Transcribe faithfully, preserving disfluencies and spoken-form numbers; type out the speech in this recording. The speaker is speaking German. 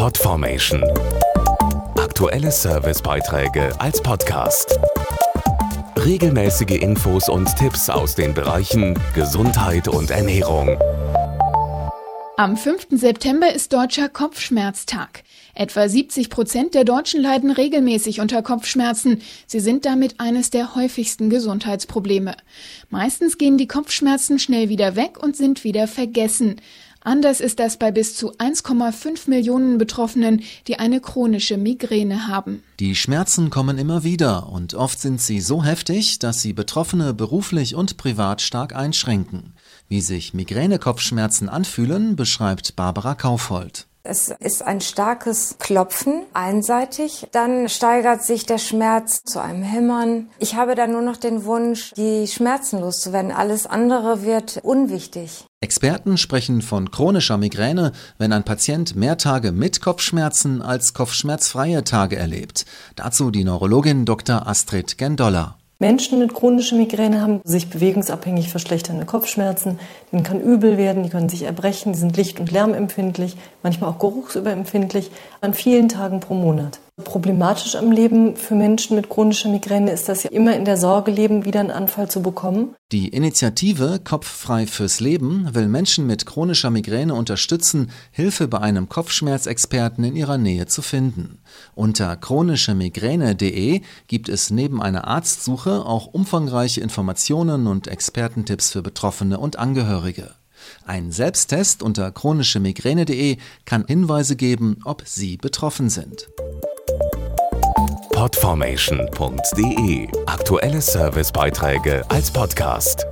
Podformation. Aktuelle Servicebeiträge als Podcast. Regelmäßige Infos und Tipps aus den Bereichen Gesundheit und Ernährung. Am fünften September ist Deutscher Kopfschmerztag. Etwa siebzig Prozent der Deutschen leiden regelmäßig unter Kopfschmerzen. Sie sind damit eines der häufigsten Gesundheitsprobleme. Meistens gehen die Kopfschmerzen schnell wieder weg und sind wieder vergessen. Anders ist das bei bis zu eins Komma fünf Millionen Betroffenen, die eine chronische Migräne haben. Die Schmerzen kommen immer wieder und oft sind sie so heftig, dass sie Betroffene beruflich und privat stark einschränken. Wie sich Migräne-Kopfschmerzen anfühlen, beschreibt Barbara Kaufhold. Es ist ein starkes Klopfen, einseitig. Dann steigert sich der Schmerz zu einem Hämmern. Ich habe dann nur noch den Wunsch, die Schmerzen loszuwerden. Alles andere wird unwichtig. Experten sprechen von chronischer Migräne, wenn ein Patient mehr Tage mit Kopfschmerzen als kopfschmerzfreie Tage erlebt. Dazu die Neurologin Doktor Astrid Gendoller. Menschen mit chronischer Migräne haben sich bewegungsabhängig verschlechternde Kopfschmerzen. Denen kann übel werden, die können sich erbrechen, die sind licht- und lärmempfindlich, manchmal auch geruchsüberempfindlich, an vielen Tagen pro Monat. Problematisch am Leben für Menschen mit chronischer Migräne ist, dass sie immer in der Sorge leben, wieder einen Anfall zu bekommen. Die Initiative Kopffrei fürs Leben will Menschen mit chronischer Migräne unterstützen, Hilfe bei einem Kopfschmerzexperten in ihrer Nähe zu finden. Unter chronische migräne punkt de gibt es neben einer Arztsuche auch umfangreiche Informationen und Expertentipps für Betroffene und Angehörige. Ein Selbsttest unter chronische migräne punkt de kann Hinweise geben, ob Sie betroffen sind. Podformation punkt de. Aktuelle Servicebeiträge als Podcast.